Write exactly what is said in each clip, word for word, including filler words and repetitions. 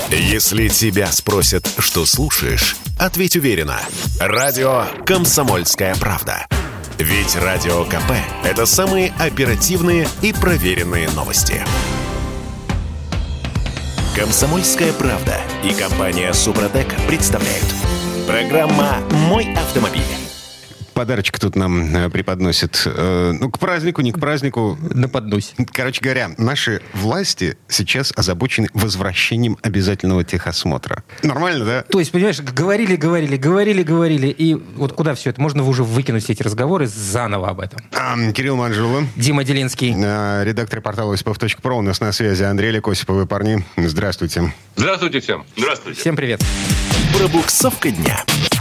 Если тебя спросят, что слушаешь, ответь уверенно. Радио «Комсомольская правда». Ведь Радио КП – это самые оперативные и проверенные новости. «Комсомольская правда» и компания «Супротек» представляют. Программа «Мой автомобиль». Подарочек тут нам преподносит. Э, ну, к празднику, не к празднику. На подносе. Короче говоря, наши власти сейчас озабочены возвращением обязательного техосмотра. Нормально, да? То есть, понимаешь, говорили, говорили, говорили, говорили. И вот куда все это? Можно уже выкинуть все эти разговоры заново об этом. А, Кирилл Манжула. Дима Делинский. А, редактор портала осипов точка про. У нас на связи Андрей Олег Осиповы. Парни, здравствуйте. Здравствуйте всем. Здравствуйте. Всем привет. Пробуксовка дня.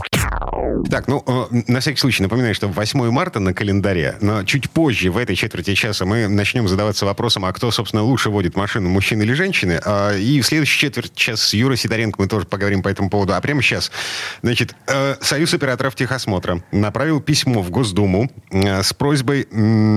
Так, ну, на всякий случай напоминаю, что восьмое марта на календаре, но чуть позже, в этой четверти часа, мы начнем задаваться вопросом, а кто, собственно, лучше водит машину, мужчины или женщины. И в следующей четверти часа с Юрой Сидоренко мы тоже поговорим по этому поводу. А прямо сейчас, значит, Союз операторов техосмотра направил письмо в Госдуму с просьбой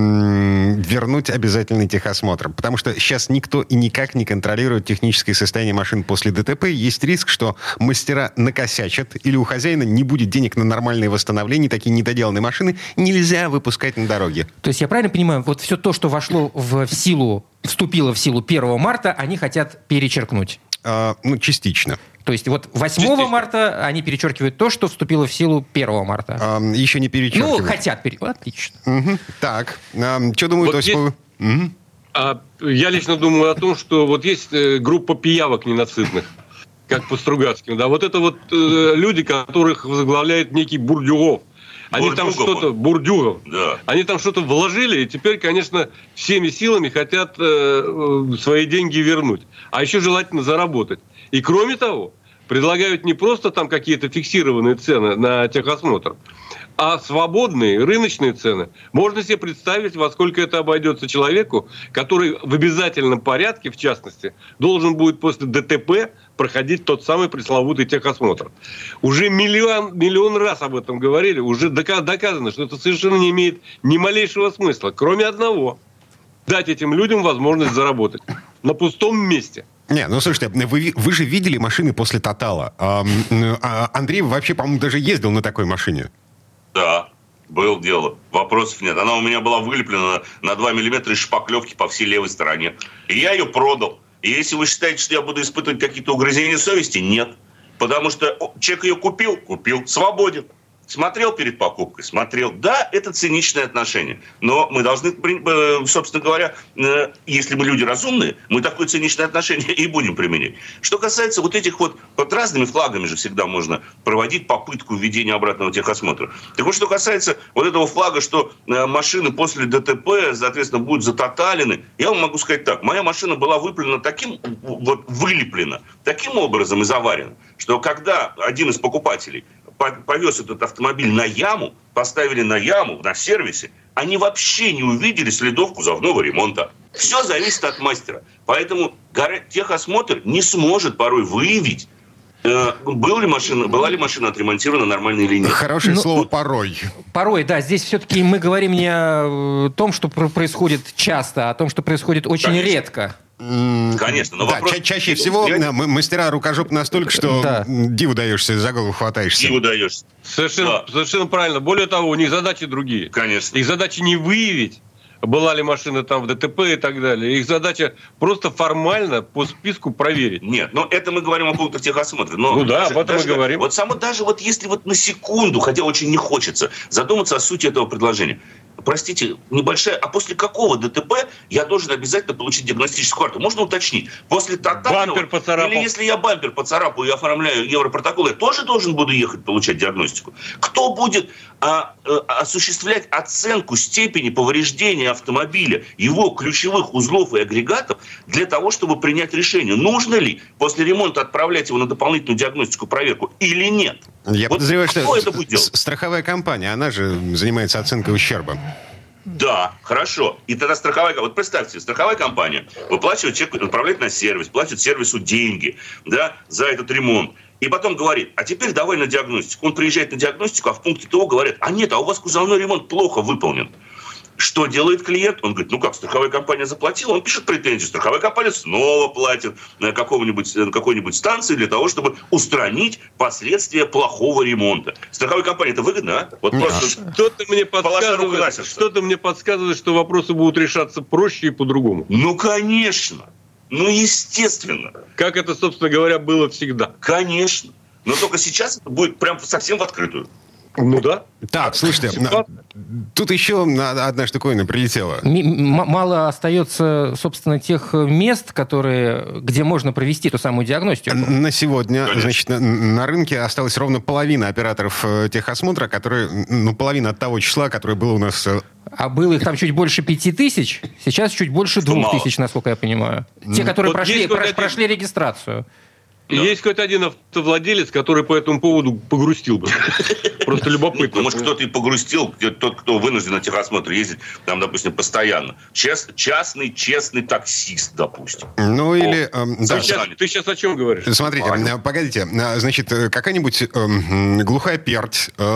вернуть обязательный техосмотр. Потому что сейчас никто и никак не контролирует техническое состояние машин после ДТП. Есть риск, что мастера накосячат или у хозяина не будет денег на нормальное восстановление, такие недоделанные машины нельзя выпускать на дороге. То есть я правильно понимаю, вот все то, что вошло в силу, вступило в силу первого марта, они хотят перечеркнуть? А, ну, частично. То есть вот восьмого марта они перечеркивают то, что вступило в силу первого марта. А, еще не перечеркивают. Ну, хотят перечеркивать. Отлично. Угу. Так, а, что думают вот Осиповы? Есть... Угу. А, я лично думаю о том, что вот есть э, группа пиявок ненасытных, как по Стругацким, да, вот это вот э, люди, которых возглавляет некий Бурдюгов. Они там что-то... Бурдюгов. Да. Они там что-то вложили, и теперь, конечно, всеми силами хотят э, свои деньги вернуть. А еще желательно заработать. И кроме того, предлагают не просто там какие-то фиксированные цены на техосмотр, а свободные рыночные цены. Можно себе представить, во сколько это обойдется человеку, который в обязательном порядке, в частности, должен будет после ДТП проходить тот самый пресловутый техосмотр. Уже миллион, миллион раз об этом говорили, уже доказано, что это совершенно не имеет ни малейшего смысла, кроме одного. Дать этим людям возможность заработать на пустом месте. Не, ну слушайте, вы, вы же видели машины после Тотала. А, а, Андрей вообще, по-моему, даже ездил на такой машине. Да, было дело. Вопросов нет. Она у меня была вылеплена на два миллиметра из шпаклевки по всей левой стороне. И я ее продал. И если вы считаете, что я буду испытывать какие-то угрызения совести, нет. Потому что человек ее купил, купил, свободен. Смотрел перед покупкой? Смотрел. Да, это циничное отношение. Но мы должны, собственно говоря, если мы люди разумные, мы такое циничное отношение и будем применять. Что касается вот этих вот, под разными флагами же всегда можно проводить попытку введения обратного техосмотра. Так вот, что касается вот этого флага, что машины после ДТП, соответственно, будут затоталены, я вам могу сказать так. Моя машина была выплена таким, вот вылеплена, таким образом и заварена, что когда один из покупателей повез этот автомобиль на яму, поставили на яму на сервисе, они вообще не увидели следов кузовного ремонта. Все зависит от мастера. Поэтому техосмотр не сможет порой выявить, э, был ли машина, была ли машина отремонтирована нормально или нет. Хорошее ну, слово «порой». Порой, да. Здесь все-таки мы говорим не о том, что происходит часто, а о том, что происходит очень Конечно. редко. Конечно, но да, вопрос... ча- чаще всего я... мастера рукожоп настолько, что да. диву даешься, за голову хватаешься. Диву даешься. Совершенно, да. совершенно правильно. Более того, у них задачи другие. Конечно. Их задача не выявить, была ли машина там в ДТП и так далее. Их задача просто формально по списку проверить. Нет, но это мы говорим о пунктах техосмотра. Но ну да, даже, об этом даже, мы говорим. Вот само даже вот если вот на секунду, хотя очень не хочется, задуматься о сути этого предложения. Простите, небольшая, а после какого ДТП я должен обязательно получить диагностическую карту? Можно уточнить? После тотального? Или если я бампер поцарапаю и оформляю европротокол, я тоже должен буду ехать получать диагностику? Кто будет а, а, осуществлять оценку степени повреждения автомобиля, его ключевых узлов и агрегатов для того, чтобы принять решение, нужно ли после ремонта отправлять его на дополнительную диагностику, проверку или нет? Я вот подозреваю, что это будет делать? Страховая компания, она же занимается оценкой ущерба. Да, хорошо. И тогда страховая... Вот представьте, страховая компания выплачивает человеку, отправляет на сервис, платит сервису деньги, да, за этот ремонт. И потом говорит, а теперь давай на диагностику. Он приезжает на диагностику, а в пункте ТО говорят, а нет, а у вас кузовной ремонт плохо выполнен. Что делает клиент? Он говорит, ну как, страховая компания заплатила, он пишет претензию, страховая компания снова платит на, какому-нибудь, на какой-нибудь станции для того, чтобы устранить последствия плохого ремонта. Страховой компании это выгодно, а? Вот просто что-то мне подсказывает, что-то мне подсказывает, что вопросы будут решаться проще и по-другому. Ну, конечно. Ну, естественно. Как это, собственно говоря, было всегда. Конечно. Но только сейчас это будет прям совсем в открытую. Ну да. Так, слушайте, тут еще одна штуковина прилетела. М- мало остается, собственно, тех мест, которые, где можно провести ту самую диагностику. На сегодня, Конечно. значит, на, на рынке осталось ровно половина операторов э, техосмотра, которые, ну, половина от того числа, которое было у нас... Э... А было их там чуть больше пяти тысяч, сейчас чуть больше двух тысяч, насколько я понимаю. Те, которые вот прошли, про- один... прошли регистрацию. Да. Есть хоть один автовладелец, который по этому поводу погрустил бы. Просто любопытно. Ну, может, кто-то и погрустил, тот, кто вынужден на техосмотр ездить, там, допустим, постоянно. Част, частный, честный таксист, допустим. Ну, или... Э, да. Ты, сейчас, ты сейчас о чем говоришь? Смотрите, а, погодите. Значит, какая-нибудь э, глухая перть, э,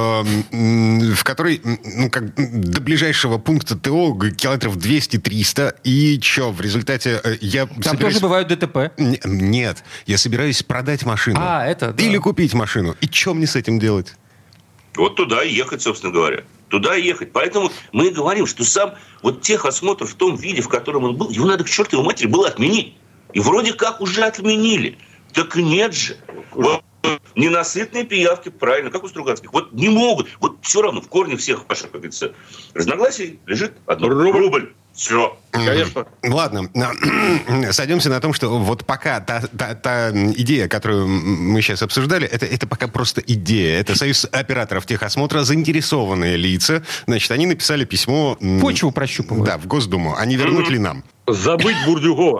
в которой, ну, как до ближайшего пункта ТО километров двести-триста, и что, в результате э, я Там собираюсь... тоже бывают ДТП. Н- нет, я собираюсь продать машину. А, это, да. Или купить машину. И что мне с этим делать? Вот туда и ехать, собственно говоря. Туда и ехать. Поэтому мы и говорим, что сам вот техосмотр в том виде, в котором он был, его надо к чертовой матери было отменить. И вроде как уже отменили. Так нет же. Вот ненасытные пиявки, правильно, как у Стругацких. Вот не могут. Вот все равно в корне всех ваших, как говорится, разногласий лежит одно. Рубль. Рубль. Все. Конечно. Ладно, сойдемся на том, что вот пока та, та, та идея, которую мы сейчас обсуждали, это, это пока просто идея. Это союз операторов техосмотра, заинтересованные лица. Значит, они написали письмо... Почву прощупывают. Да, в Госдуму. А не вернуть ли нам? Забыть Бурдюгова.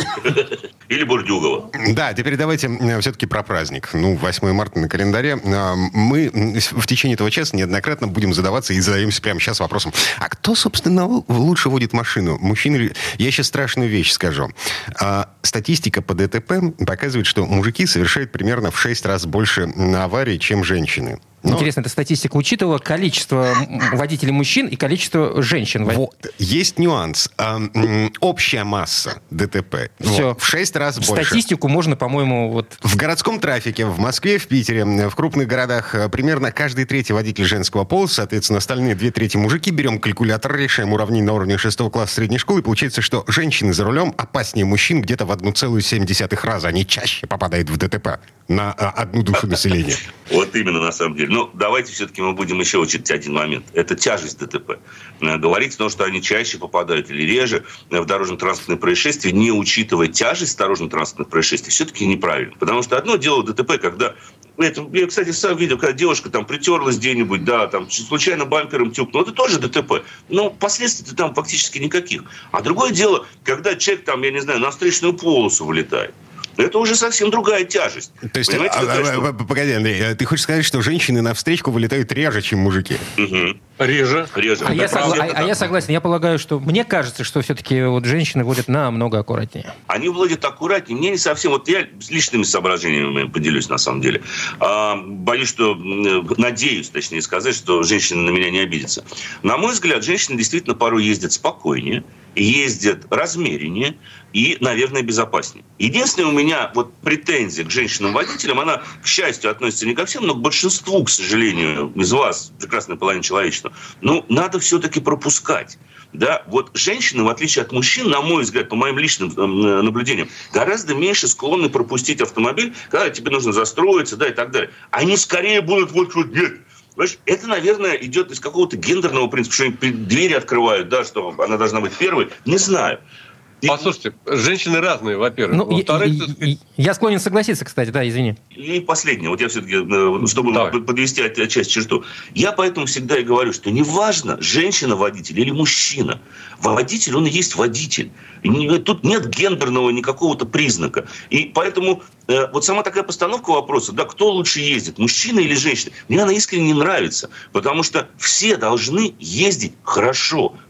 Или Бурдюгова. Да, теперь давайте все-таки про праздник. Ну, восьмое марта на календаре. Мы в течение этого часа неоднократно будем задаваться и задаемся прямо сейчас вопросом. А кто, собственно, лучше водит машину? Мужчина или... Я сейчас страшную вещь скажу. А, статистика по ДТП показывает, что мужики совершают примерно в шесть раз больше аварий, чем женщины. Но... Интересно, эта статистика учитывала количество водителей мужчин и количество женщин. Вот. Есть нюанс. А, м, общая масса ДТП Все. Вот, в шесть раз В больше. статистику можно, по-моему, вот... В городском трафике, в Москве, в Питере, в крупных городах примерно каждый третий водитель женского пола, соответственно, остальные две трети мужики. Берем калькулятор, решаем уравнение на уровне шестого класса средней школы, и получается, что женщины за рулем опаснее мужчин где-то в одна целая семь десятых раза. Они чаще попадают в ДТП на одну душу населения. Вот именно, на самом деле. Ну, давайте все-таки мы будем еще учить один момент. Это тяжесть ДТП. Говорить о том, что они чаще попадают или реже в дорожно-транспортные происшествия, не учитывая тяжесть дорожно-транспортных происшествий, все-таки неправильно. Потому что одно дело ДТП, когда... Это, я, кстати, сам видел, когда девушка там притерлась где-нибудь, да, там случайно бампером тюкнула. Это тоже ДТП. Но последствий там фактически никаких. А другое дело, когда человек там, я не знаю, на встречную полосу вылетает. Это уже совсем другая тяжесть. То есть, а, а, что... погоди, Андрей, ты хочешь сказать, что женщины на встречку вылетают реже, чем мужики? Угу. Реже. Реже. А, я, согла... а, а я согласен. Я полагаю, что... Мне кажется, что все-таки вот женщины водят намного аккуратнее. Они водят аккуратнее. Мне не совсем... Вот я с личными соображениями поделюсь, на самом деле. А, боюсь, что... Надеюсь, точнее сказать, что женщины на меня не обидятся. На мой взгляд, женщины действительно порой ездят спокойнее, ездят размереннее и, наверное, безопаснее. Единственное, у меня вот претензия к женщинам-водителям, она, к счастью, относится не ко всем, но к большинству, к сожалению, из вас, прекрасной половины человечества. Ну, надо все-таки пропускать. Да, вот женщины, в отличие от мужчин, на мой взгляд, по моим личным э, наблюдениям, гораздо меньше склонны пропустить автомобиль, когда тебе нужно застроиться, да, и так далее. Они скорее будут вот вот нет. Понимаешь, это, наверное, идет из какого-то гендерного принципа, что они двери открывают, да, что она должна быть первой. Не знаю. И... Послушайте, женщины разные, во-первых. Ну, Во-вторых, я, я, я склонен согласиться, кстати, да, извини. И последнее, вот я все-таки, чтобы Давай. подвести отчасти черту, я поэтому всегда и говорю, что неважно, женщина-водитель или мужчина, водитель, он и есть водитель. Тут нет гендерного никакого-то признака. И поэтому э, вот сама такая постановка вопроса, да, кто лучше ездит, мужчина или женщина, мне она искренне не нравится, потому что все должны ездить хорошо.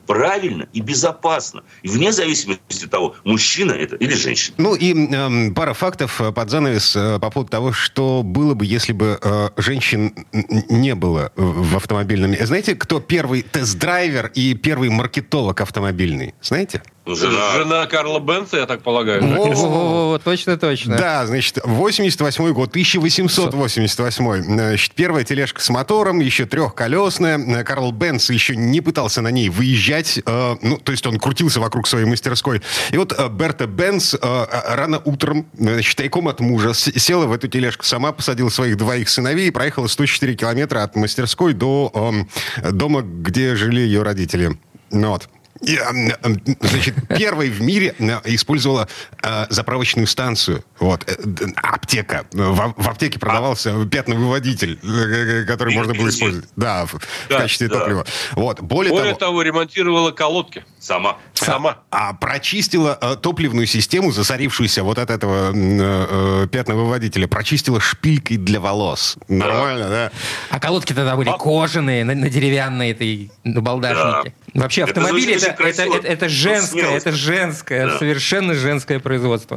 правильно и безопасно. И вне зависимости от того, мужчина это или женщина. Ну и э, пара фактов под занавес э, по поводу того, что было бы, если бы э, женщин не было в автомобильном... Знаете, кто первый тест-драйвер и первый маркетолог автомобильный? Знаете? Жена, Жена Карла Бенца, я так полагаю. О, точно, точно. Да, значит, восемьдесят восьмой год, тысяча восемьсот восемьдесят восьмой. Значит, первая тележка с мотором, еще трехколесная. Карл Бенц еще не пытался на ней выезжать. Э, ну, то есть он крутился вокруг своей мастерской. И вот э, Берта Бенц э, рано утром, значит, тайком от мужа, с- села в эту тележку сама, посадила своих двоих сыновей и проехала сто четыре километра от мастерской до э, дома, где жили ее родители. Ну вот. И, значит, первой в мире использовала э, заправочную станцию. Вот. Аптека. В, в аптеке продавался пятновыводитель, который можно было использовать. Да, в, да, в качестве да. топлива. Вот. Более, Более того, того, ремонтировала колодки. Сама. Сама. А прочистила э, топливную систему, засорившуюся вот от этого э, пятновыводителя. Прочистила шпилькой для волос. Нормально, да? А колодки тогда были кожаные, на, на деревянной этой набалдашнике. Да. Вообще автомобиль это, это, это, это, это женское, это женское, да. совершенно женское производство.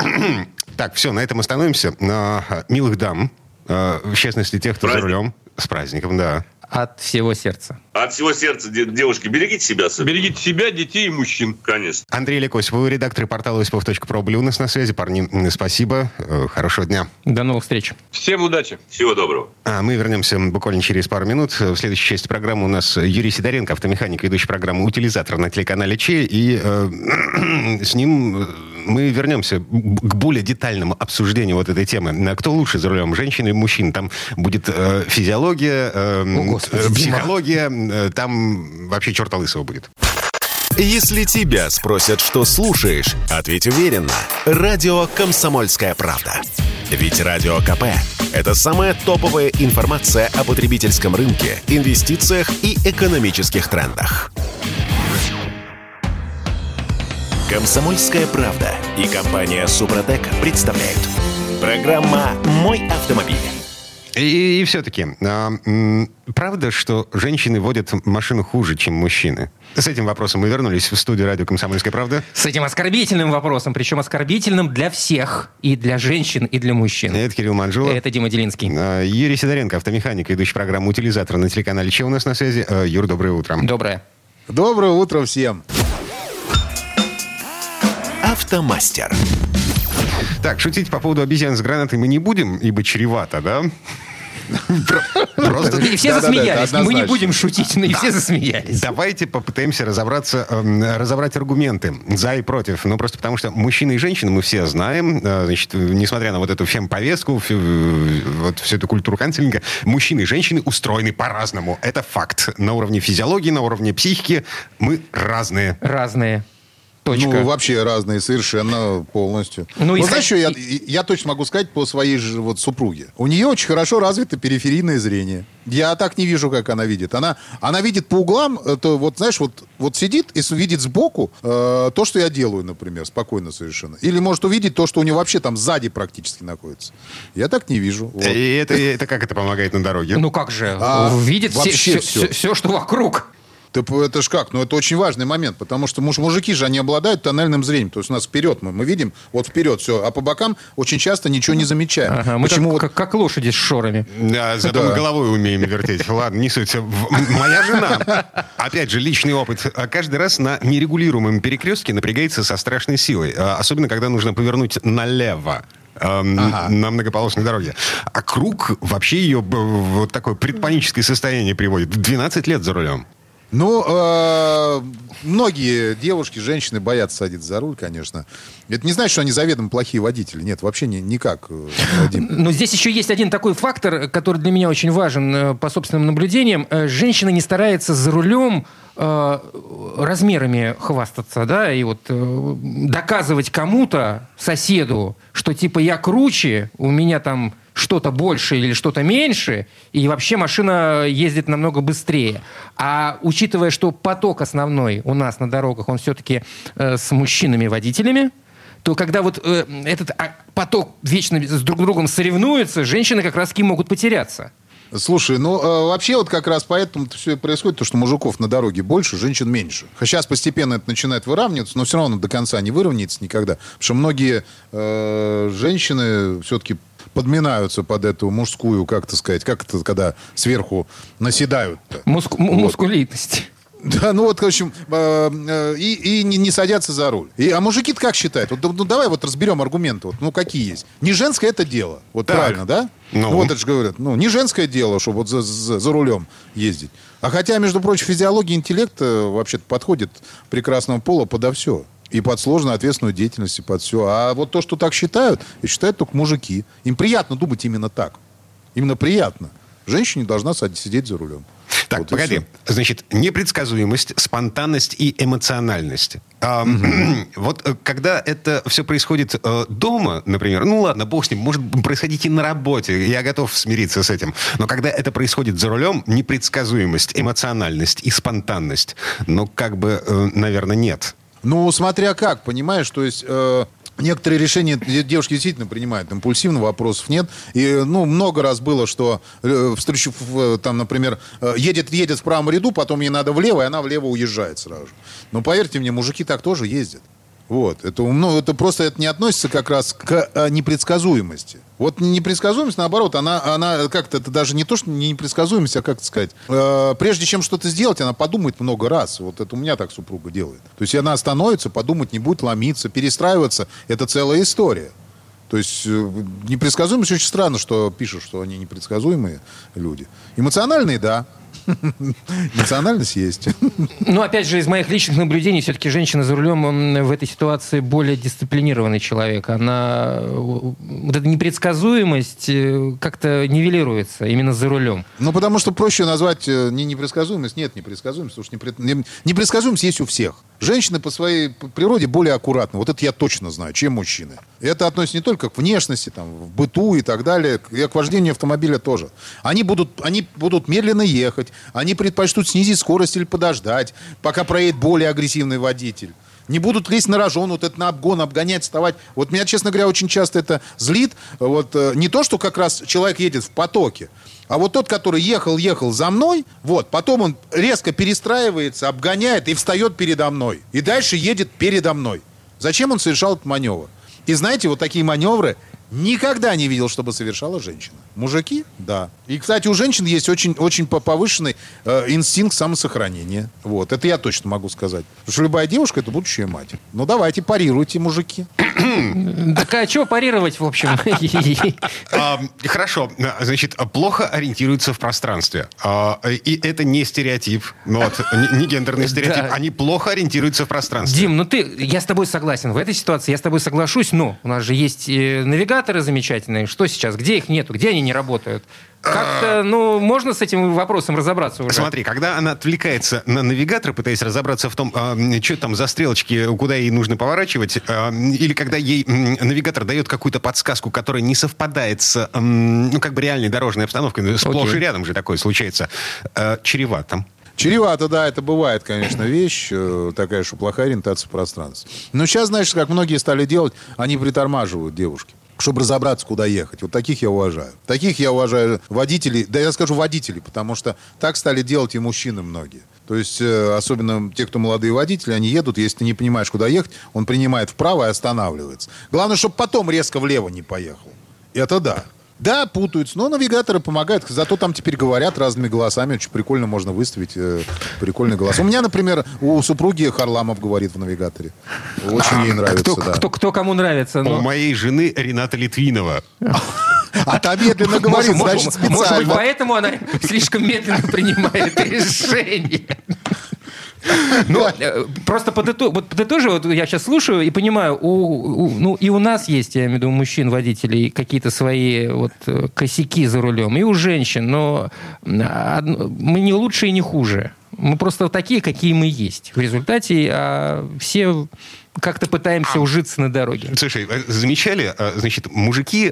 Так, все, на этом остановимся. Милых дам, в частности, тех, кто Праздник. за рулем, с праздником, да. От всего сердца. От всего сердца, девушки, берегите себя. Особенно. Берегите себя, детей и мужчин. Конечно. Андрей Лекосев, вы редактор портала осипов точка про были у нас на связи. Парни, спасибо. Хорошего дня. До новых встреч. Всем удачи. Всего доброго. А мы вернемся буквально через пару минут. В следующей части программы у нас Юрий Сидоренко, автомеханик, ведущий программу «Утилизатор» на телеканале Че. И э, с ним мы вернемся к более детальному обсуждению вот этой темы. Кто лучше за рулем, женщина или мужчина? Там будет э, физиология, э, О, Господи, психология, э, там вообще черта лысого будет. Если тебя спросят, что слушаешь, ответь уверенно. Радио «Комсомольская правда». Ведь Радио КП – это самая топовая информация о потребительском рынке, инвестициях и экономических трендах. «Комсомольская правда» и компания «Супротек» представляют. Программа «Мой автомобиль». И, и все-таки, а, м, правда, что женщины водят машину хуже, чем мужчины? С этим вопросом мы вернулись в студию радио «Комсомольская правда». С этим оскорбительным вопросом, причем оскорбительным для всех, и для женщин, и для мужчин. Это Кирилл Манжулов. Это Дима Делинский. А, Юрий Сидоренко, автомеханик, ведущий программу «Утилизатор» на телеканале Че у нас на связи. А, Юр, доброе утро. Доброе. Доброе утро всем. Автомастер. Так, шутить по поводу обезьян с гранатой мы не будем, ибо чревато, да? Просто... И все засмеялись. Мы не будем шутить, но и все засмеялись. Давайте попытаемся разобраться, э, разобрать аргументы за и против. Ну, просто потому что мужчины и женщины мы все знаем. Э, значит, несмотря на вот эту фем-повестку, фе, вот всю эту культуру канцелинга, мужчины и женщины устроены по-разному. Это факт. На уровне физиологии, на уровне психики мы разные. Разные. Точка. Ну, вообще разные совершенно полностью. Ну, ну знаешь, как... что я, я точно могу сказать по своей же вот супруге. У нее очень хорошо развито периферийное зрение. Я так не вижу, как она видит. Она, она видит по углам, это вот, знаешь, вот, вот сидит и видит сбоку э, то, что я делаю, например, спокойно совершенно. Или может увидеть то, что у нее вообще там сзади практически находится. Я так не вижу. Вот. И это, это как это помогает на дороге? Ну, как же? А, видит вообще все, все. Все, все, что вокруг. Это ж как? Ну, это очень важный момент, потому что муж, мужики же, они обладают тоннельным зрением. То есть у нас вперед мы, мы видим, вот вперед все, а по бокам очень часто ничего не замечаем. Ага, мы Почему как, вот... как, как лошади с шорами. Да, зато да. мы головой умеем вертеть. Ладно, не суть. Моя жена, опять же, личный опыт, каждый раз на нерегулируемом перекрестке напрягается со страшной силой. Особенно, когда нужно повернуть налево. Ага. На многополосной дороге. А круг вообще ее в вот такое предпаническое состояние приводит. двенадцать лет за рулем. Ну, э, многие девушки, женщины боятся садиться за руль, конечно. Это не значит, что они заведомо плохие водители. Нет, вообще не, никак, Вадим. Но здесь еще есть один такой фактор, который для меня очень важен по собственным наблюдениям. Женщина не старается за рулем э, размерами хвастаться, да, и вот э, доказывать кому-то, соседу, что типа я круче, у меня там что-то больше или что-то меньше, и вообще машина ездит намного быстрее. А учитывая, что поток основной у нас на дорогах, он все-таки э, с мужчинами-водителями, то когда вот э, этот поток вечно с друг другом соревнуется, женщины как раз-таки могут потеряться. Слушай, ну э, вообще вот как раз поэтому все и происходит, то, что мужиков на дороге больше, женщин меньше. Сейчас постепенно это начинает выравниваться, но все равно до конца не выровняется никогда. Потому что многие э, женщины все-таки подминаются под эту мужскую, как это сказать, как это, когда сверху наседают-то. Муску- вот. Мускулитность. Да, ну вот, в общем, э, э, и, и не, не садятся за руль. И, а мужики-то как считают? Вот, ну, давай вот разберем аргументы. Вот, ну, какие есть? Не женское это дело. Вот так. правильно, да? Ну. Вот это же говорят. Ну, не женское дело, чтобы вот за, за, за рулем ездить. А хотя, между прочим, физиология интеллекта вообще-то подходит прекрасного пола подо все. И под сложную ответственную деятельность, и под все. А вот то, что так считают, и считают только мужики. Им приятно думать именно так. Именно приятно. Женщина должна сидеть за рулем. Так, вот погоди. Значит, непредсказуемость, спонтанность и эмоциональность. А, mm-hmm. Вот когда это все происходит э, дома, например, ну ладно, бог с ним, может происходить и на работе, я готов смириться с этим. Но когда это происходит за рулем, непредсказуемость, эмоциональность и спонтанность, ну, как бы, э, наверное, нет. Ну, смотря как, понимаешь, то есть... Э... Некоторые решения девушки действительно принимают импульсивно, вопросов нет. И, ну, много раз было, что э, встречу, там, например, э, едет, едет в правом ряду, потом ей надо влево, и она влево уезжает сразу же. Но поверьте мне, мужики так тоже ездят. Вот. Это, ну, это просто это не относится как раз к э, непредсказуемости. Вот непредсказуемость, наоборот, она, она как-то, это даже не то, что не непредсказуемость, а как сказать, э, прежде чем что-то сделать, она подумает много раз. Вот это у меня так супруга делает. То есть она остановится, подумать не будет, ломиться, перестраиваться. Это целая история. То есть э, непредсказуемость очень странно, что пишут, что они непредсказуемые люди. Эмоциональные, да. Эмоциональность есть. Ну, опять же, из моих личных наблюдений, все-таки женщина за рулем в этой ситуации более дисциплинированный человек. Она... Вот эта непредсказуемость как-то нивелируется именно за рулем. Ну, потому что проще назвать не непредсказуемость. Нет, непредсказуемость. Потому что непред... непредсказуемость есть у всех. Женщины по своей природе более аккуратны. Вот это я точно знаю, чем мужчины. Это относится не только к внешности, там, в быту и так далее, и к вождению автомобиля тоже. Они будут, они будут медленно ехать, они предпочтут снизить скорость или подождать, пока проедет более агрессивный водитель. Не будут лезть на рожон, вот это на обгон, обгонять, вставать. Вот меня, честно говоря, очень часто это злит. Вот, не то, что как раз человек едет в потоке, а вот тот, который ехал-ехал за мной, вот, потом он резко перестраивается, обгоняет и встает передо мной. И дальше едет передо мной. Зачем он совершал этот маневр? И знаете, вот такие маневры никогда не видел, чтобы совершала женщина. Мужики? Да. И, кстати, у женщин есть очень, очень повышенный э, инстинкт самосохранения. Вот. Это я точно могу сказать. Потому что любая девушка — это будущая мать. Ну, давайте, парируйте, мужики. Так а чего парировать, в общем? Хорошо. Значит, плохо ориентируются в пространстве. И это не стереотип. Не гендерный стереотип. Они плохо ориентируются в пространстве. Дим, ну ты, я с тобой согласен. В этой ситуации я с тобой соглашусь, но у нас же есть навигаторы замечательные. Что сейчас? Где их нету? Где они не работают? Как-то, ну, можно с этим вопросом разобраться уже? Смотри, когда она отвлекается на навигатор, пытаясь разобраться в том, э, что там за стрелочки, куда ей нужно поворачивать, э, или когда ей э, навигатор дает какую-то подсказку, которая не совпадает с, э, ну, как бы реальной дорожной обстановкой, сплошь и рядом же такое случается, э, чревато. Чревато, да, это бывает, конечно, вещь э, такая, что плохая ориентация в пространстве. Но сейчас, знаешь, как многие стали делать, они притормаживают девушки, чтобы разобраться, куда ехать. Вот таких я уважаю. Таких я уважаю водителей, да я скажу водителей, потому что так стали делать и мужчины многие. То есть, э, особенно те, кто молодые водители, они едут, если ты не понимаешь, куда ехать, он принимает вправо и останавливается. Главное, чтобы потом резко влево не поехал. Это да. Да, путаются, но навигаторы помогают. Зато там теперь говорят разными голосами. Очень прикольно можно выставить э, прикольный голос. У меня, например, у супруги Харламов говорит в навигаторе. Очень ей нравится, кто, да. Кто, кто кому нравится. Но... У моей жены Рената Литвинова. А та медленно говорит, значит, специально. Может быть, поэтому она слишком медленно принимает решение. Ну, просто подытожу, вот подытожу, вот я сейчас слушаю и понимаю, у, у, ну и у нас есть, я имею в виду, у мужчин-водителей какие-то свои вот косяки за рулем, и у женщин, но мы не лучше и не хуже. Мы просто такие, какие мы есть. В результате а, все как-то пытаемся ужиться на дороге. Слушай, замечали, значит, мужики,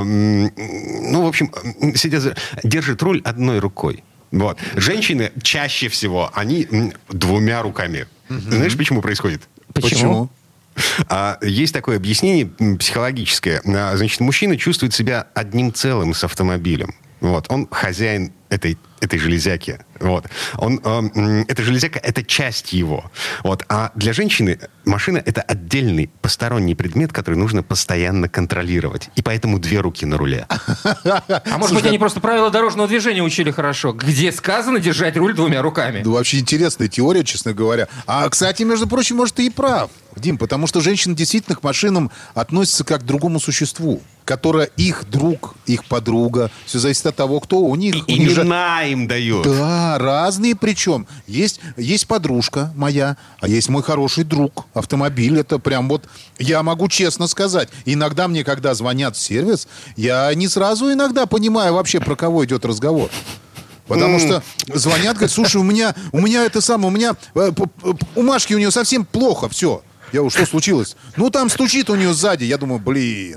ну, в общем, сидят, держат руль одной рукой. Вот. Женщины чаще всего, они двумя руками. Mm-hmm. Знаешь, почему происходит? Почему? А, есть такое объяснение психологическое. Значит, мужчина чувствует себя одним целым с автомобилем. Вот, он хозяин этой, этой железяки. Вот. Он, э, эта железяка — это часть его. Вот. А для женщины машина — это отдельный посторонний предмет, который нужно постоянно контролировать. И поэтому две руки на руле. А может быть, они просто правила дорожного движения учили хорошо, где сказано держать руль двумя руками? Да, вообще интересная теория, честно говоря. А, кстати, между прочим, может, ты и прав, Дим, потому что женщины действительно к машинам относятся как к другому существу, которое их друг, их подруга. Все зависит от того, кто у них. И у них имена же... им дают. Да, разные причем. Есть, есть подружка моя, а есть мой хороший друг. Автомобиль — это прям вот... Я могу честно сказать. Иногда мне, когда звонят в сервис, я не сразу иногда понимаю вообще, про кого идет разговор. Потому что звонят, говорят, слушай, у меня, у меня это самое, у меня... У Машки у нее совсем плохо, все. Я говорю, что случилось? Ну, там стучит у нее сзади. Я думаю, блин.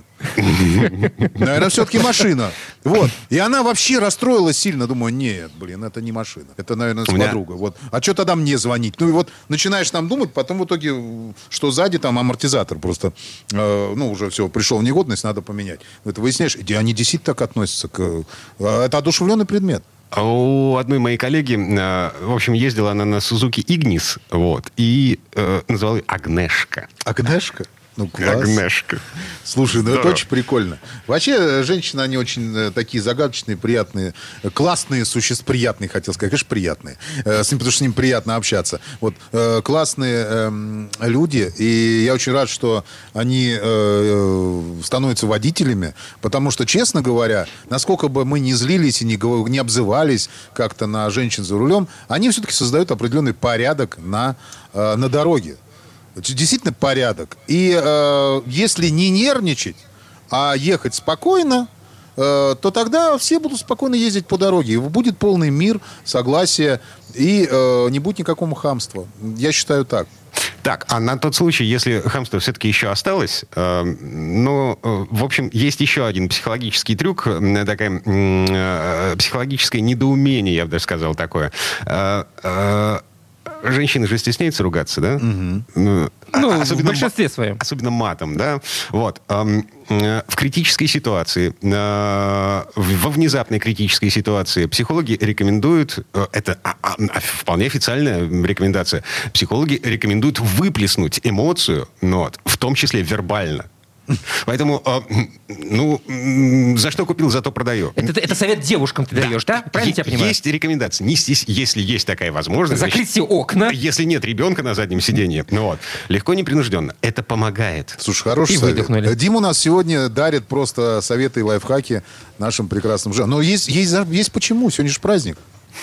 Наверное, все-таки машина. Вот. И она вообще расстроилась сильно. Думаю, нет, блин, это не машина. Это, наверное, с подругой. Вот. А что тогда мне звонить? Ну, и вот начинаешь там думать, потом в итоге, что сзади там амортизатор просто, э, ну, уже все, пришел в негодность, надо поменять. Это выясняешь, и они действительно так относятся к... Это одушевленный предмет. У одной моей коллеги, в общем, ездила она на Сузуки Игнис, вот, и э, называла ее Агнешка. Агнешка? Ну, класс. Агнешка. Слушай, ну Здорово. это очень прикольно. Вообще, женщины, они очень э, такие загадочные, приятные, э, классные существа. Приятные, хотел сказать, конечно, приятные. Э, с ним, потому что с ним приятно общаться. Вот, э, классные э, люди. И я очень рад, что они э, э, становятся водителями. Потому что, честно говоря, насколько бы мы ни злились и не, не обзывались как-то на женщин за рулем, они все-таки создают определенный порядок на, э, на дороге. Действительно порядок. И э, если не нервничать, а ехать спокойно, э, то тогда все будут спокойно ездить по дороге. И будет полный мир, согласие, и э, не будет никакого хамства. Я считаю так. Так, а на тот случай, если хамство все-таки еще осталось, э, ну, э, в общем, есть еще один психологический трюк, э, такое э, психологическое недоумение, я бы даже сказал, такое. Э, э, Женщины же стесняются ругаться, да? Угу. Ну, особенно в большинстве своем. Особенно матом, да? Вот. В критической ситуации, во внезапной критической ситуации психологи рекомендуют, это вполне официальная рекомендация, психологи рекомендуют выплеснуть эмоцию, вот, в том числе вербально. Поэтому, э, ну, за что купил, зато продаю. Это, это совет девушкам ты даешь, да? да? Правильно е- я понимаю? Есть рекомендации. Не здесь, если есть такая возможность. Закрыть все окна. Если нет ребенка на заднем сиденье. Ну вот. Легко, непринужденно. Это помогает. Слушай, хороший и совет. Выдохнули. Дим у нас сегодня дарит просто советы и лайфхаки нашим прекрасным женам. Но есть, есть, есть почему. Сегодня же праздник.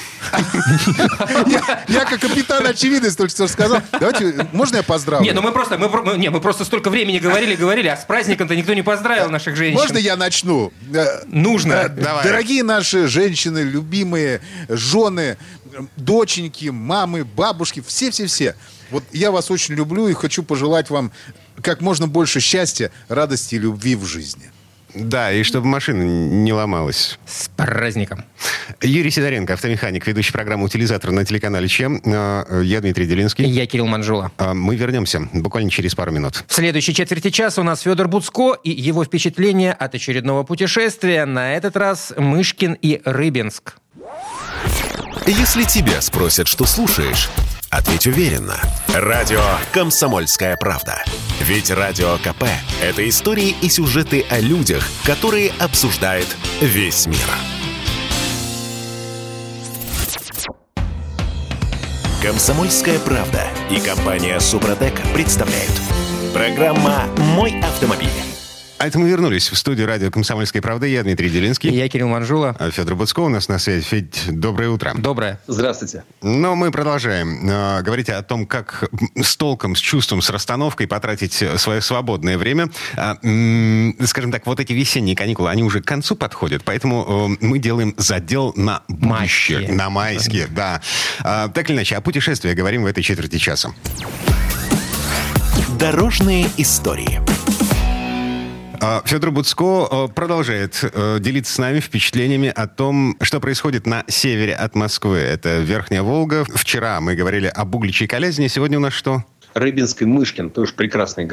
я, я как капитан очевидность только что сказал. Давайте, можно я поздравлю? Не, ну мы просто, мы, мы, не, мы просто столько времени говорили, говорили, а с праздником-то никто не поздравил наших женщин. Можно я начну? Нужно. Давай. Дорогие наши женщины, любимые жены, доченьки, мамы, бабушки, все-все-все. Вот я вас очень люблю и хочу пожелать вам как можно больше счастья, радости и любви в жизни. Да, и чтобы машина не ломалась. С праздником. Юрий Сидоренко, автомеханик, ведущий программу «Утилизатор» на телеканале «Чем». Я Дмитрий Делинский. Я Кирилл Манжула. Мы вернемся буквально через пару минут. В следующей четверти часа у нас Федор Буцко и его впечатления от очередного путешествия. На этот раз Мышкин и Рыбинск. Если тебя спросят, что слушаешь, ответь уверенно. Радио «Комсомольская правда». Ведь Радио КП – это истории и сюжеты о людях, которые обсуждает весь мир. «Комсомольская правда» и компания «Супротек» представляют. Программа «Мой автомобиль». А это мы вернулись в студию радио «Комсомольская правда». Я Дмитрий Делинский. Я Кирилл Манжула. А Федор Буцко у нас на связи. Федь, доброе утро. Доброе. Здравствуйте. Но мы продолжаем э, говорить о том, как с толком, с чувством, с расстановкой потратить свое свободное время. А, м- скажем так, вот эти весенние каникулы, они уже к концу подходят, поэтому э, мы делаем задел на будущее. Майские. На майские, да. А, так или иначе, о путешествиях говорим в этой четверти часа. Дорожные истории. Федор Буцко продолжает делиться с нами впечатлениями о том, что происходит на севере от Москвы. Это Верхняя Волга. Вчера мы говорили об Угличе и Калязине. Сегодня у нас что? Рыбинск и Мышкин, тоже прекрасные города.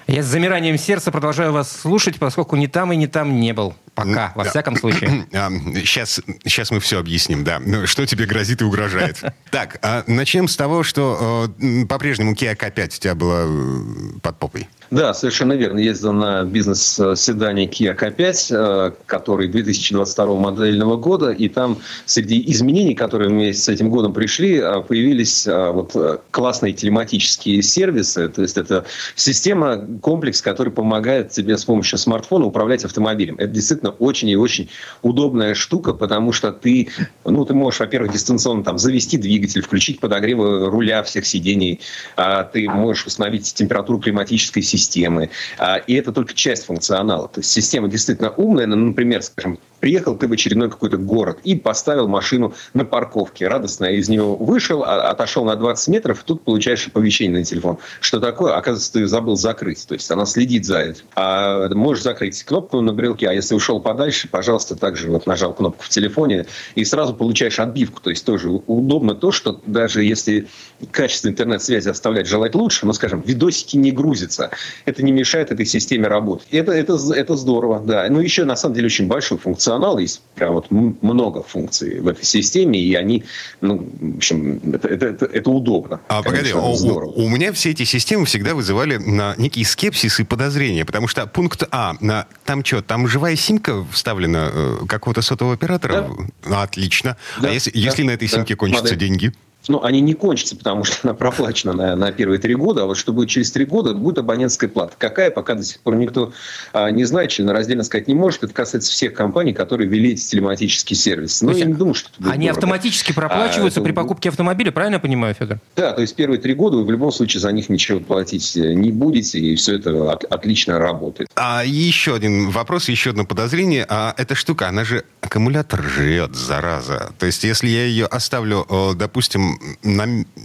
Я с замиранием сердца продолжаю вас слушать, поскольку ни там и ни там не был. Пока, во да. всяком случае. Сейчас, сейчас мы все объясним, да. Что тебе грозит и угрожает. Так, начнем с того, что по-прежнему Kia кей пять у тебя была под попой. Да, совершенно верно. Ездил на бизнес-седане Kia кей пять, который две тысячи двадцать второго модельного года. И там среди изменений, которые вместе с этим годом пришли, появились вот классные телематические сервисы. То есть это система, комплекс, который помогает тебе с помощью смартфона управлять автомобилем. Это действительно очень и очень удобная штука, потому что ты, ну, ты можешь, во-первых, дистанционно там завести двигатель, включить подогрев руля всех сидений. Ты можешь установить температуру климатической системы. системы. И это только часть функционала. То есть система действительно умная. Например, скажем, приехал ты в очередной какой-то город и поставил машину на парковке. Радостно из нее вышел, отошел на двадцать метров, и тут получаешь оповещение на телефон. Что такое? Оказывается, ты забыл закрыть. То есть она следит за этим. А можешь закрыть кнопку на брелке, а если ушел подальше, пожалуйста, также вот нажал кнопку в телефоне и сразу получаешь отбивку. То есть тоже удобно то, что даже если качество интернет-связи оставляет желать лучше, но, скажем, видосики не грузятся, это не мешает этой системе работать. Это, это, это здорово, да. Ну, еще, на самом деле, очень большой функционал. Есть прям вот много функций в этой системе, и они, ну, в общем, это, это, это, это удобно. А, погоди, у, у, у меня все эти системы всегда вызывали на некий скепсис и подозрения, потому что пункт А, на, там что, там живая симка вставлена э, какого-то сотового оператора? Да. Отлично. Да, а если, да, если на этой симке да, кончатся модель. деньги? Ну, они не кончатся, потому что она проплачена на, на первые три года, а вот что будет через три года, будет абонентская плата. Какая, пока до сих пор никто а, не знает, членораздельно сказать не может. Это касается всех компаний, которые ввели эти телематические сервисы. Но я не думаю, что это будет Они дорого. Автоматически проплачиваются а, при это... покупке автомобиля, правильно я понимаю, Федор? Да, то есть первые три года вы в любом случае за них ничего платить не будете, и все это от, отлично работает. А еще один вопрос, еще одно подозрение. А эта штука, она же аккумулятор жрет, зараза. То есть если я ее оставлю, допустим, на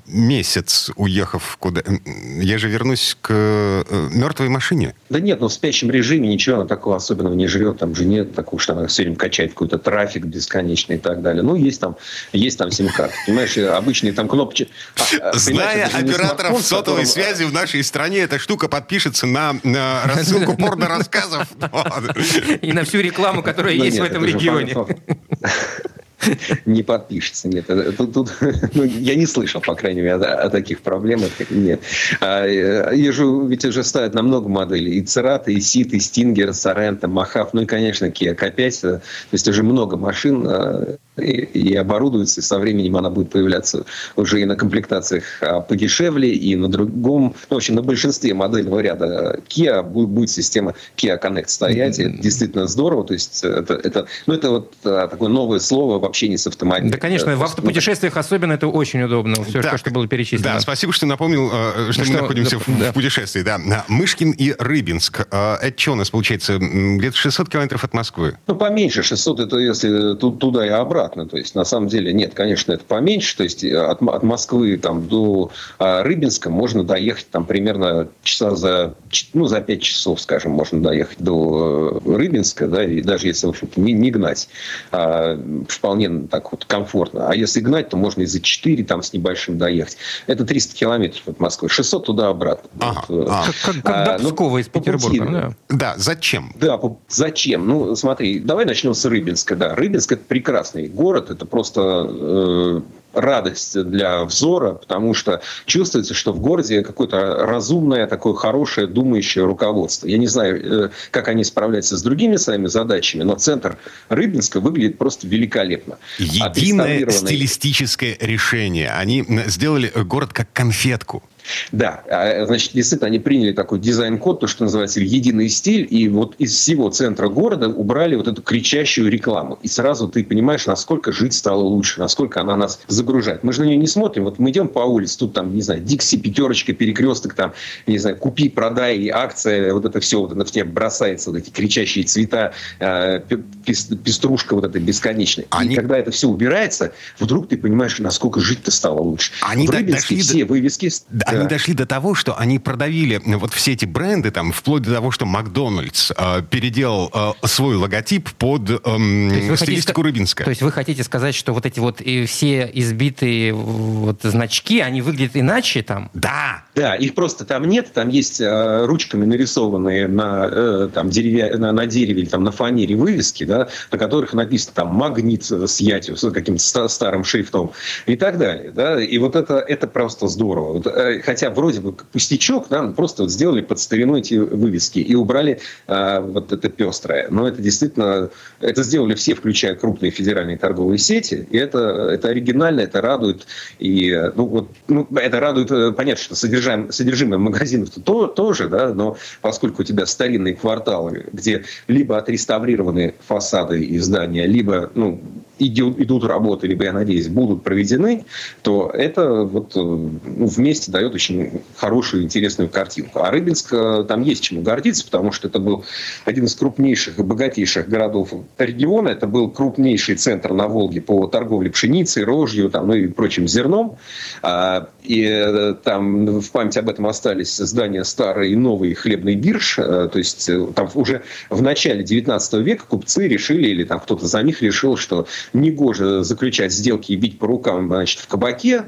месяц уехав куда... Я же вернусь к мертвой машине. Да нет, но в спящем режиме ничего она такого особенного не жрет. Там же нет такого, что она все время качает какой-то трафик бесконечный и так далее. Ну, есть там, есть там сим-карты. Понимаешь, обычные там кнопки... Зная операторов сотовой связи в нашей стране, эта штука подпишется на, на рассылку порно-рассказов. И на всю рекламу, которая есть в этом регионе. Не подпишется, нет. Тут, тут, ну, я не слышал, по крайней мере, о, о таких проблемах. Нет. А, езжу, ведь уже ставят на много моделей. И Церата, и Сит, и Стингер, Соренто, Мохав, ну и, конечно, Kia кей пять. То есть уже много машин и, и оборудуется, и со временем она будет появляться уже и на комплектациях подешевле, и на другом, ну, в общем, на большинстве модельного ряда Kia будет, будет система Kia Connect стоять. И это действительно здорово. То есть это, это, ну, это вот такое новое слово в общении с автомобилем. Да, конечно, в автопутешествиях особенно это очень удобно. Все, так, что было перечислено. Да, спасибо, что напомнил, что ну, мы находимся да, в, да. в путешествии. Да. Мышкин и Рыбинск. Это что у нас получается? Где-то шестьсот километров от Москвы? Ну, поменьше. шестьсот это если туда и обратно. То есть, на самом деле, нет, конечно, это поменьше. То есть, от, от Москвы там, до Рыбинска можно доехать там примерно часа за, ну, за пять часов, скажем, можно доехать до Рыбинска, да, и даже если, в общем-то, не, не гнать. А, вполне так вот комфортно. А если гнать, то можно и за четыре там с небольшим доехать. Это триста километров от Москвы. шестьсот туда-обратно. Ага, вот. ага. Как, как, как до Пскова из Петербурга. Да. да, зачем? Да, зачем? Ну, смотри, давай начнем с Рыбинска. Да, Рыбинск – это прекрасный город. Это просто... Э- радость для взора, потому что чувствуется, что в городе какое-то разумное, такое хорошее, думающее руководство. Я не знаю, как они справляются с другими своими задачами, но центр Рыбинска выглядит просто великолепно. Единое стилистическое решение. Они сделали город как конфетку. Да, значит, действительно, они приняли такой дизайн-код, то, что называется единый стиль, и вот из всего центра города убрали вот эту кричащую рекламу. И сразу ты понимаешь, насколько жить стало лучше, насколько она нас загружает. Мы же на нее не смотрим. Вот мы идем по улице, тут там, не знаю, Дикси, пятерочка, перекресток, там, не знаю, купи, продай, акция, вот это все, вот это в тебя бросается, вот эти кричащие цвета, пеструшка вот эта бесконечная. Они... И когда это все убирается, вдруг ты понимаешь, насколько жить-то стало лучше. Они в Рыбинске все до... вывески... они дошли до того, что они продавили вот все эти бренды, там, вплоть до того, что Макдональдс э, переделал э, свой логотип под э, стилистику хотите, Рыбинска. То есть вы хотите сказать, что вот эти вот и все избитые вот значки, они выглядят иначе там? Да! Да, их просто там нет, там есть э, ручками нарисованные на, э, там, деревья, на, на дереве или там, на фанере вывески, да, на которых написано там «Магнит» с ятью, с каким-то ста- старым шрифтом и так далее. Да? И вот это, это просто здорово. Вот, э, хотя вроде бы пустячок, да, просто вот сделали под старину эти вывески и убрали э, вот это пестрое. Но это действительно, это сделали все, включая крупные федеральные торговые сети, и это, это оригинально, это радует. И, ну, вот, ну, это радует, понятно, что содержаем, содержимое магазинов то, тоже, да, но поскольку у тебя старинные кварталы, где либо отреставрированы фасады и здания, либо, ну, идут, идут работы, либо, я надеюсь, будут проведены, то это вот, ну, вместе дает очень хорошую, интересную картинку. А Рыбинск, там есть чему гордиться, потому что это был один из крупнейших и богатейших городов региона. Это был крупнейший центр на Волге по торговле пшеницей, рожью, там, ну и прочим зерном. И там в память об этом остались здания старые и новые хлебной бирж. То есть там уже в начале девятнадцатого века купцы решили, или там кто-то за них решил, что негоже заключать сделки и бить по рукам, значит, в кабаке,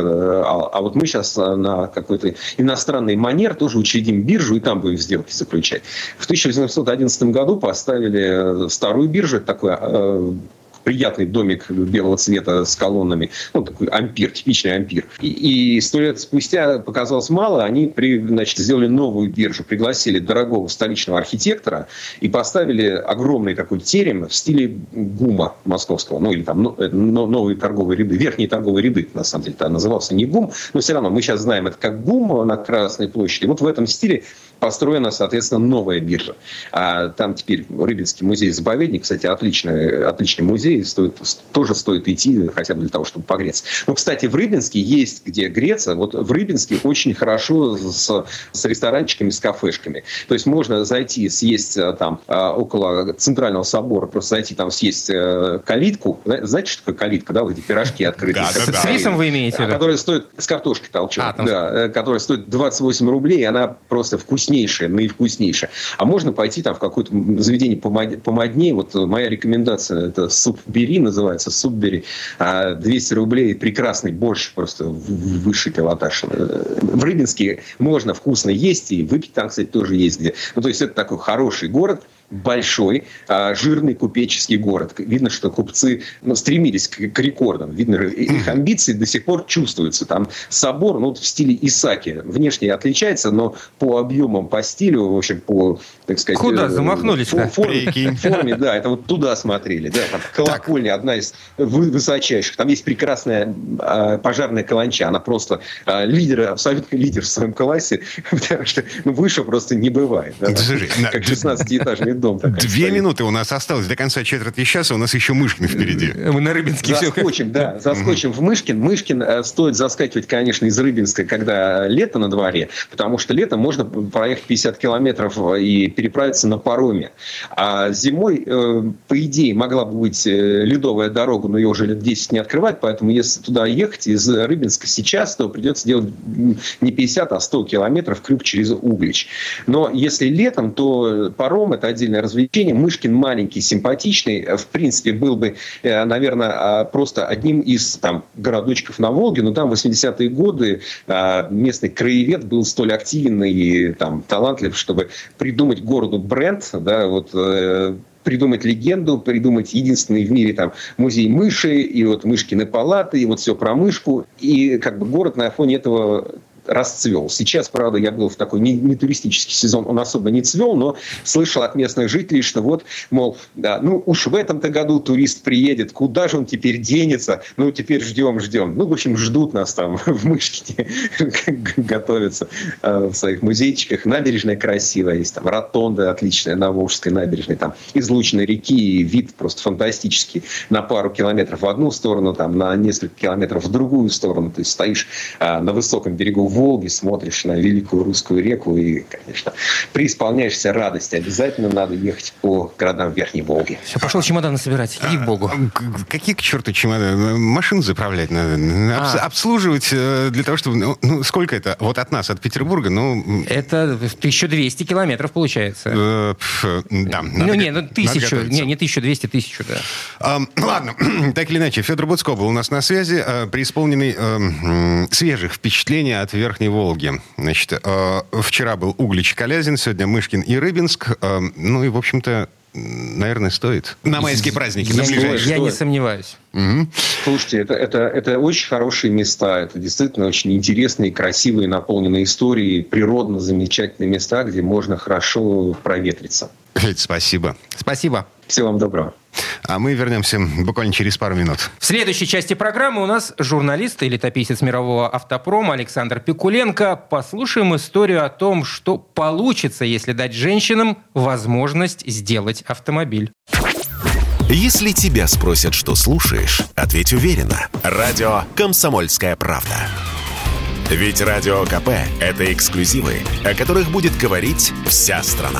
а, а вот мы сейчас на какой-то иностранный манер тоже учредим биржу и там будем сделки заключать. В тысяча восемьсот одиннадцатом году поставили старую биржу, это такое приятный домик белого цвета с колоннами. Ну, такой ампир, типичный ампир. И, и сто лет спустя показалось мало. Они при, значит, сделали новую биржу, пригласили дорогого столичного архитектора и поставили огромный такой терем в стиле ГУМа московского. Ну, или там ну, новые торговые ряды. Верхние торговые ряды, на самом деле, это назывался не ГУМ. Но все равно мы сейчас знаем это как ГУМ на Красной площади. Вот в этом стиле построена, соответственно, новая биржа. А там теперь Рыбинский музей-заповедник, кстати, отличный, отличный музей, стоит, тоже стоит идти хотя бы для того, чтобы погреться. Но, кстати, в Рыбинске есть где греться. Вот в Рыбинске очень хорошо с, с ресторанчиками, с кафешками. То есть можно зайти, съесть там около Центрального собора, просто зайти там съесть калитку. Знаете, что такое калитка? Да, вот эти пирожки открытые. Да, да, да. С рисом вы имеете? Да, которые стоят, с картошкой толченой. А, там... да, которая стоит двадцать восемь рублей, и она просто вкуснее. Вкуснейшее, наивкуснейшее. А можно пойти там в какое-то заведение помоднее. Вот моя рекомендация, это Супбери называется, Супбери. двести рублей, прекрасный борщ, просто высший пилотаж. В Рыбинске можно вкусно есть, и выпить там, кстати, тоже есть где. Ну, то есть это такой хороший город, большой, жирный купеческий город. Видно, что купцы ну, стремились к, к рекордам. Видно, их амбиции до сих пор чувствуются. Там собор ну, в стиле Исаки. Внешне отличается, но по объемам, по стилю, в общем, по, так сказать... Куда замахнулись? По форме, форме, да, это вот туда смотрели. Да, там колокольня так. Одна из высочайших. Там есть прекрасная а, пожарная каланча. Она просто а, лидер, абсолютно лидер в своем классе. Потому что ну, выше просто не бывает. Да, Слушай, как шестнадцатиэтажный дом. Две минуты у нас осталось до конца четверти часа, у нас еще Мышкин впереди. Мы на Рыбинске все. Заскочим, да, заскочим в Мышкин. Мышкин э, стоит заскакивать, конечно, из Рыбинска, когда лето на дворе, потому что летом можно проехать пятьдесят километров и переправиться на пароме. А зимой, э, по идее, могла бы быть ледовая дорога, но ее уже лет десять не открывать, поэтому если туда ехать из Рыбинска сейчас, то придется делать не пятьдесят, а сто километров крюк через Углич. Но если летом, то паром — это отдельно развлечение. Мышкин маленький, симпатичный. В принципе, был бы, наверное, просто одним из там, городочков на Волге. Но там в восьмидесятые годы местный краевед был столь активен и там, талантлив, чтобы придумать городу бренд. Да, вот, придумать легенду, придумать единственный в мире там, музей мыши, и вот Мышкины палаты, и вот все про мышку. И как бы город на фоне этого расцвел. Сейчас, правда, я был в такой не, не туристический сезон, он особо не цвел, но слышал от местных жителей, что вот, мол, да, ну уж в этом-то году турист приедет, куда же он теперь денется? Ну, теперь ждем, ждем. Ну, в общем, ждут нас там в Мышкине, готовятся в своих музейчиках. Набережная красивая, есть там ротонда отличная на Волжской набережной, там излученной реки, вид просто фантастический на пару километров в одну сторону, там на несколько километров в другую сторону. То есть стоишь на высоком берегу Волги, смотришь на великую русскую реку и, конечно, преисполняешься радости. Обязательно надо ехать по городам Верхней Волги. Все, пошел чемоданы собирать, иди к Богу. Какие к черту чемоданы? Машину заправлять надо, обс- А. обслуживать для того, чтобы... Ну, ну, сколько это? Вот от нас, от Петербурга, ну... Это тысяча двести километров получается. э, пф, да. Ну, надо не, го- ну тысячу, надо готовиться. не, не тысяча двести, тысячу, да. А, ладно, так или иначе, Федор Буцко был у нас на связи, а, преисполненный а, м, свежих впечатлений от Верхней Волги. Значит, а, вчера был Углич и Калязин, сегодня Мышкин и Рыбинск. А, ну и, в общем-то, наверное, стоит. На майские праздники, Я, на не- ближайшие. я не сомневаюсь. Мгм. Слушайте, это, это, это очень хорошие места. Это действительно очень интересные, красивые, наполненные историей, природно замечательные места, где можно хорошо проветриться. Федь, спасибо. Спасибо. Всего вам доброго. А мы вернемся буквально через пару минут. В следующей части программы у нас журналист и летописец мирового автопрома Александр Пикуленко. Послушаем историю о том, что получится, если дать женщинам возможность сделать автомобиль. Если тебя спросят, что слушаешь, ответь уверенно. Радио «Комсомольская правда». Ведь Радио КП – это эксклюзивы, о которых будет говорить вся страна.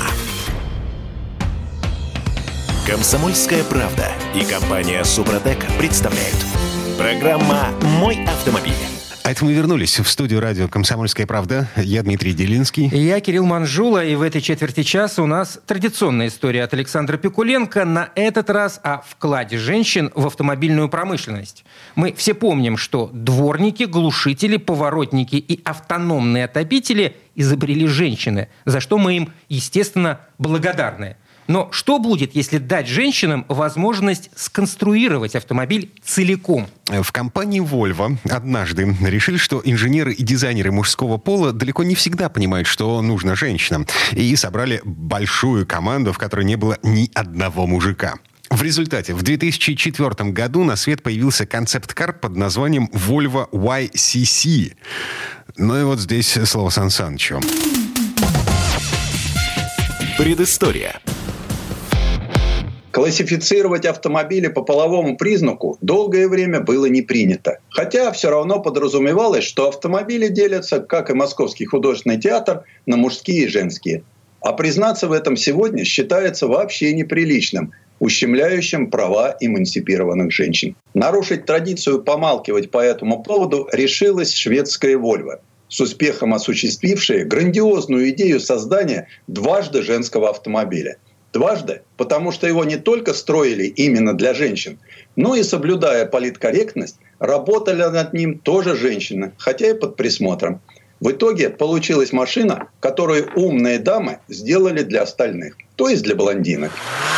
«Комсомольская правда» и компания «Супротек» представляют. Программа «Мой автомобиль». А это мы вернулись в студию радио «Комсомольская правда». Я Дмитрий Делинский. И я Кирилл Манжула, и в этой четверти часа у нас традиционная история от Александра Пикуленко. На этот раз о вкладе женщин в автомобильную промышленность. Мы все помним, что дворники, глушители, поворотники и автономные отопители изобрели женщины, за что мы им, естественно, благодарны. Но что будет, если дать женщинам возможность сконструировать автомобиль целиком? В компании Volvo однажды решили, что инженеры и дизайнеры мужского пола далеко не всегда понимают, что нужно женщинам. И собрали большую команду, в которой не было ни одного мужика. В результате в две тысячи четвёртом году на свет появился концепт-кар под названием Volvo уай си си. Ну и вот здесь слово Сан Санычу. Предыстория. Классифицировать автомобили по половому признаку долгое время было не принято. Хотя все равно подразумевалось, что автомобили делятся, как и Московский художественный театр, на мужские и женские. А признаться в этом сегодня считается вообще неприличным, ущемляющим права эмансипированных женщин. Нарушить традицию помалкивать по этому поводу решилась шведская Volvo, с успехом осуществившая грандиозную идею создания дважды женского автомобиля. Дважды, потому что его не только строили именно для женщин, но и, соблюдая политкорректность, работали над ним тоже женщины, хотя и под присмотром. В итоге получилась машина, которую умные дамы сделали для остальных, то есть для блондинок.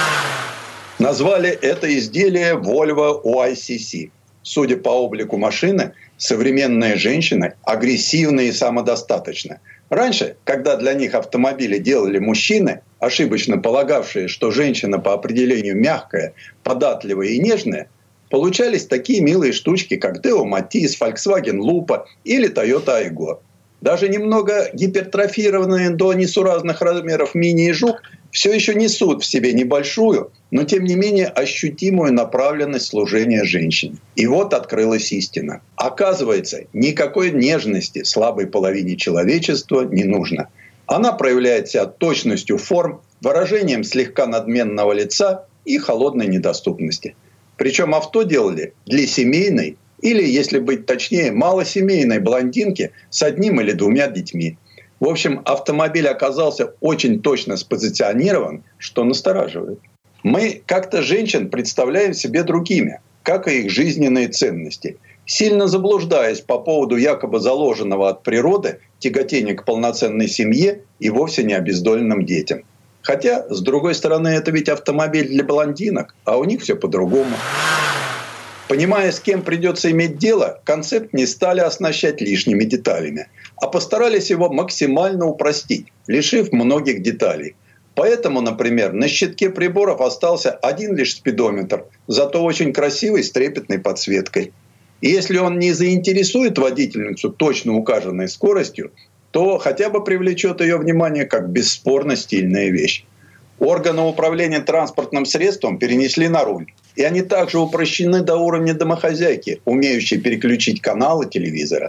Назвали это изделие Volvo уай си си. Судя по облику машины, современные женщины агрессивны и самодостаточны. Раньше, когда для них автомобили делали мужчины, ошибочно полагавшие, что женщина по определению мягкая, податливая и нежная, получались такие милые штучки, как Deo Matiz, Volkswagen Lupo или Toyota Aygo. Даже немного гипертрофированные до несуразных размеров Мини и Жук все еще несут в себе небольшую, но тем не менее ощутимую направленность служения женщине. И вот открылась истина. Оказывается, никакой нежности слабой половине человечества не нужно. Она проявляет себя точностью форм, выражением слегка надменного лица и холодной недоступности. Причем авто делали для семейной или, если быть точнее, малосемейной блондинки с одним или двумя детьми. В общем, автомобиль оказался очень точно спозиционирован, что настораживает. Мы как-то женщин представляем себе другими, как и их жизненные ценности, сильно заблуждаясь по поводу якобы заложенного от природы тяготения к полноценной семье и вовсе не обездоленным детям. Хотя, с другой стороны, это ведь автомобиль для блондинок, а у них все по-другому. Понимая, с кем придется иметь дело, концепт не стали оснащать лишними деталями, а постарались его максимально упростить, лишив многих деталей. Поэтому, например, на щитке приборов остался один лишь спидометр, зато очень красивый с трепетной подсветкой. И если он не заинтересует водительницу точно указанной скоростью, то хотя бы привлечет ее внимание как бесспорно стильная вещь. Органы управления транспортным средством перенесли на руль. И они также упрощены до уровня домохозяйки, умеющей переключить каналы телевизора.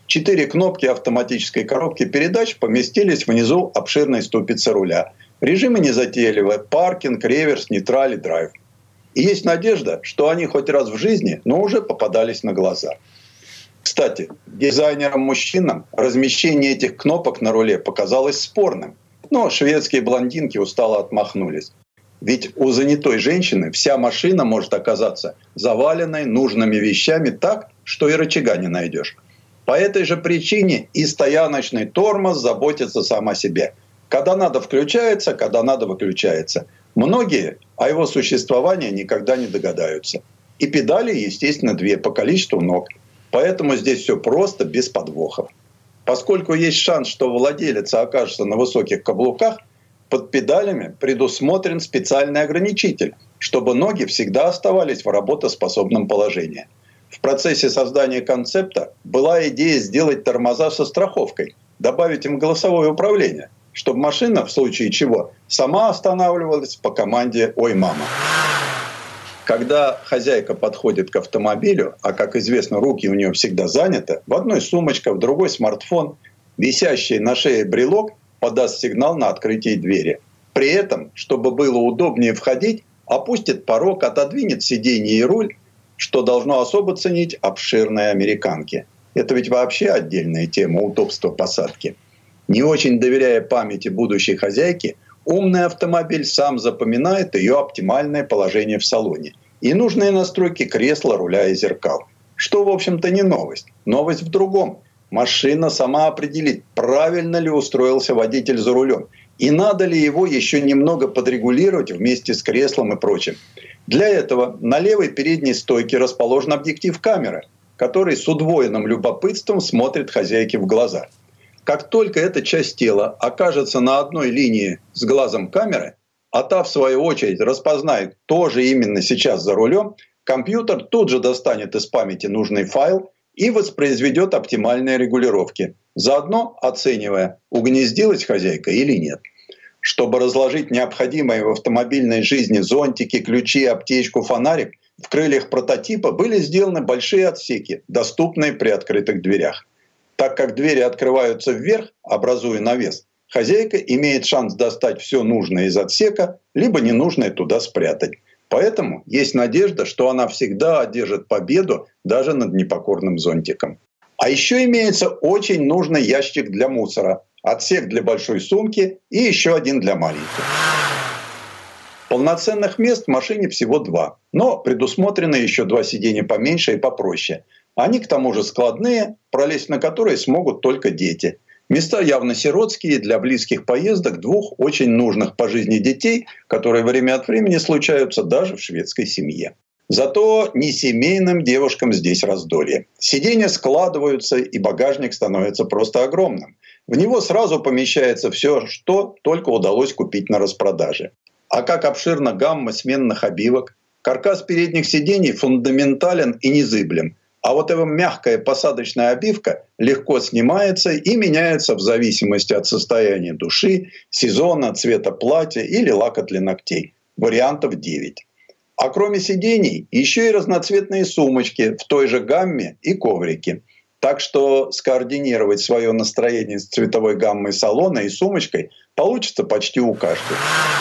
Четыре кнопки автоматической коробки передач поместились внизу обширной ступицы руля. Режимы незатейливые: паркинг, реверс, нейтраль и драйв. И есть надежда, что они хоть раз в жизни, но уже попадались на глаза. Кстати, дизайнерам-мужчинам размещение этих кнопок на руле показалось спорным, но шведские блондинки устало отмахнулись. Ведь у занятой женщины вся машина может оказаться заваленной нужными вещами так, что и рычага не найдешь. По этой же причине и стояночный тормоз заботится сам о себе. Когда надо включается, когда надо выключается. Многие о его существовании никогда не догадаются. И педали, естественно, две по количеству ног. Поэтому здесь все просто, без подвохов. Поскольку есть шанс, что владелец окажется на высоких каблуках, под педалями предусмотрен специальный ограничитель, чтобы ноги всегда оставались в работоспособном положении. В процессе создания концепта была идея сделать тормоза со страховкой, добавить им голосовое управление, чтобы машина, в случае чего, сама останавливалась по команде «Ой, мама». Когда хозяйка подходит к автомобилю, а, как известно, руки у нее всегда заняты, в одной сумочка, в другой смартфон, висящий на шее брелок подаст сигнал на открытие двери. При этом, чтобы было удобнее входить, опустит порог, отодвинет сиденье и руль, что должно особо ценить обширные американки. Это ведь вообще отдельная тема удобства посадки. Не очень доверяя памяти будущей хозяйки, умный автомобиль сам запоминает ее оптимальное положение в салоне и нужные настройки кресла, руля и зеркал. Что, в общем-то, не новость. Новость в другом. Машина сама определит, правильно ли устроился водитель за рулем и надо ли его еще немного подрегулировать вместе с креслом и прочим. Для этого на левой передней стойке расположен объектив камеры, который с удвоенным любопытством смотрит хозяйке в глаза. Как только эта часть тела окажется на одной линии с глазом камеры, а та, в свою очередь, распознает, кто же именно сейчас за рулем, компьютер тут же достанет из памяти нужный файл и воспроизведет оптимальные регулировки, заодно оценивая, угнездилась хозяйка или нет. Чтобы разложить необходимые в автомобильной жизни зонтики, ключи, аптечку, фонарик, в крыльях прототипа были сделаны большие отсеки, доступные при открытых дверях. Так как двери открываются вверх, образуя навес, хозяйка имеет шанс достать все нужное из отсека, либо ненужное туда спрятать. Поэтому есть надежда, что она всегда одержит победу даже над непокорным зонтиком. А еще имеется очень нужный ящик для мусора, отсек для большой сумки и еще один для маленькой. Полноценных мест в машине всего два, но предусмотрены еще два сиденья поменьше и попроще. Они к тому же складные, пролезть на которые смогут только дети. Места явно сиротские для близких поездок двух очень нужных по жизни детей, которые время от времени случаются даже в шведской семье. Зато не семейным девушкам здесь раздолье. Сиденья складываются, и багажник становится просто огромным. В него сразу помещается все, что только удалось купить на распродаже. А как обширна гамма сменных обивок. Каркас передних сидений фундаментален и незыблем. А вот эта мягкая посадочная обивка легко снимается и меняется в зависимости от состояния души, сезона, цвета платья или лака для ногтей. Вариантов девять. А кроме сидений, еще и разноцветные сумочки в той же гамме и коврики. Так что скоординировать свое настроение с цветовой гаммой салона и сумочкой получится почти у каждого.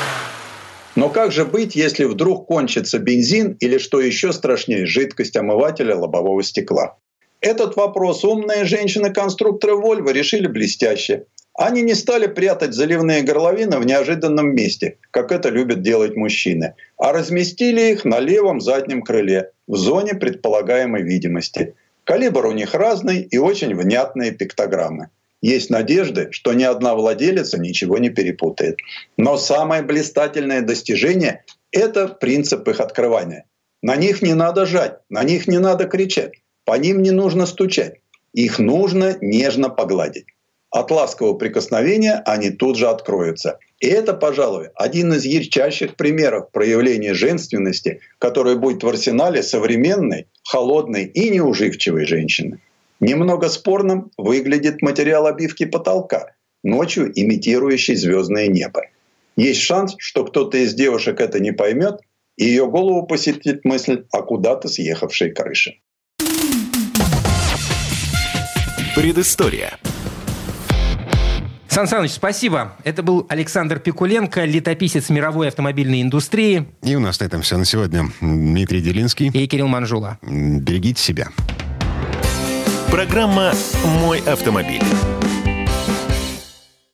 Но как же быть, если вдруг кончится бензин или, что еще страшнее, жидкость омывателя лобового стекла? Этот вопрос умные женщины-конструкторы Volvo решили блестяще. Они не стали прятать заливные горловины в неожиданном месте, как это любят делать мужчины, а разместили их на левом заднем крыле, в зоне предполагаемой видимости. Калибр у них разный и очень внятные пиктограммы. Есть надежды, что ни одна владелица ничего не перепутает. Но самое блистательное достижение – это принцип их открывания. На них не надо жать, на них не надо кричать, по ним не нужно стучать. Их нужно нежно погладить. От ласкового прикосновения они тут же откроются. И это, пожалуй, один из ярчайших примеров проявления женственности, которая будет в арсенале современной, холодной и неуживчивой женщины. Немного спорным выглядит материал обивки потолка, ночью имитирующий звездное небо. Есть шанс, что кто-то из девушек это не поймет, и ее голову посетит мысль о куда-то съехавшей крыше. Предыстория. Сан Саныч, спасибо. Это был Александр Пикуленко, летописец мировой автомобильной индустрии. И у нас на этом все на сегодня. Дмитрий Делинский. И Кирилл Манжула. Берегите себя. Программа «Мой автомобиль».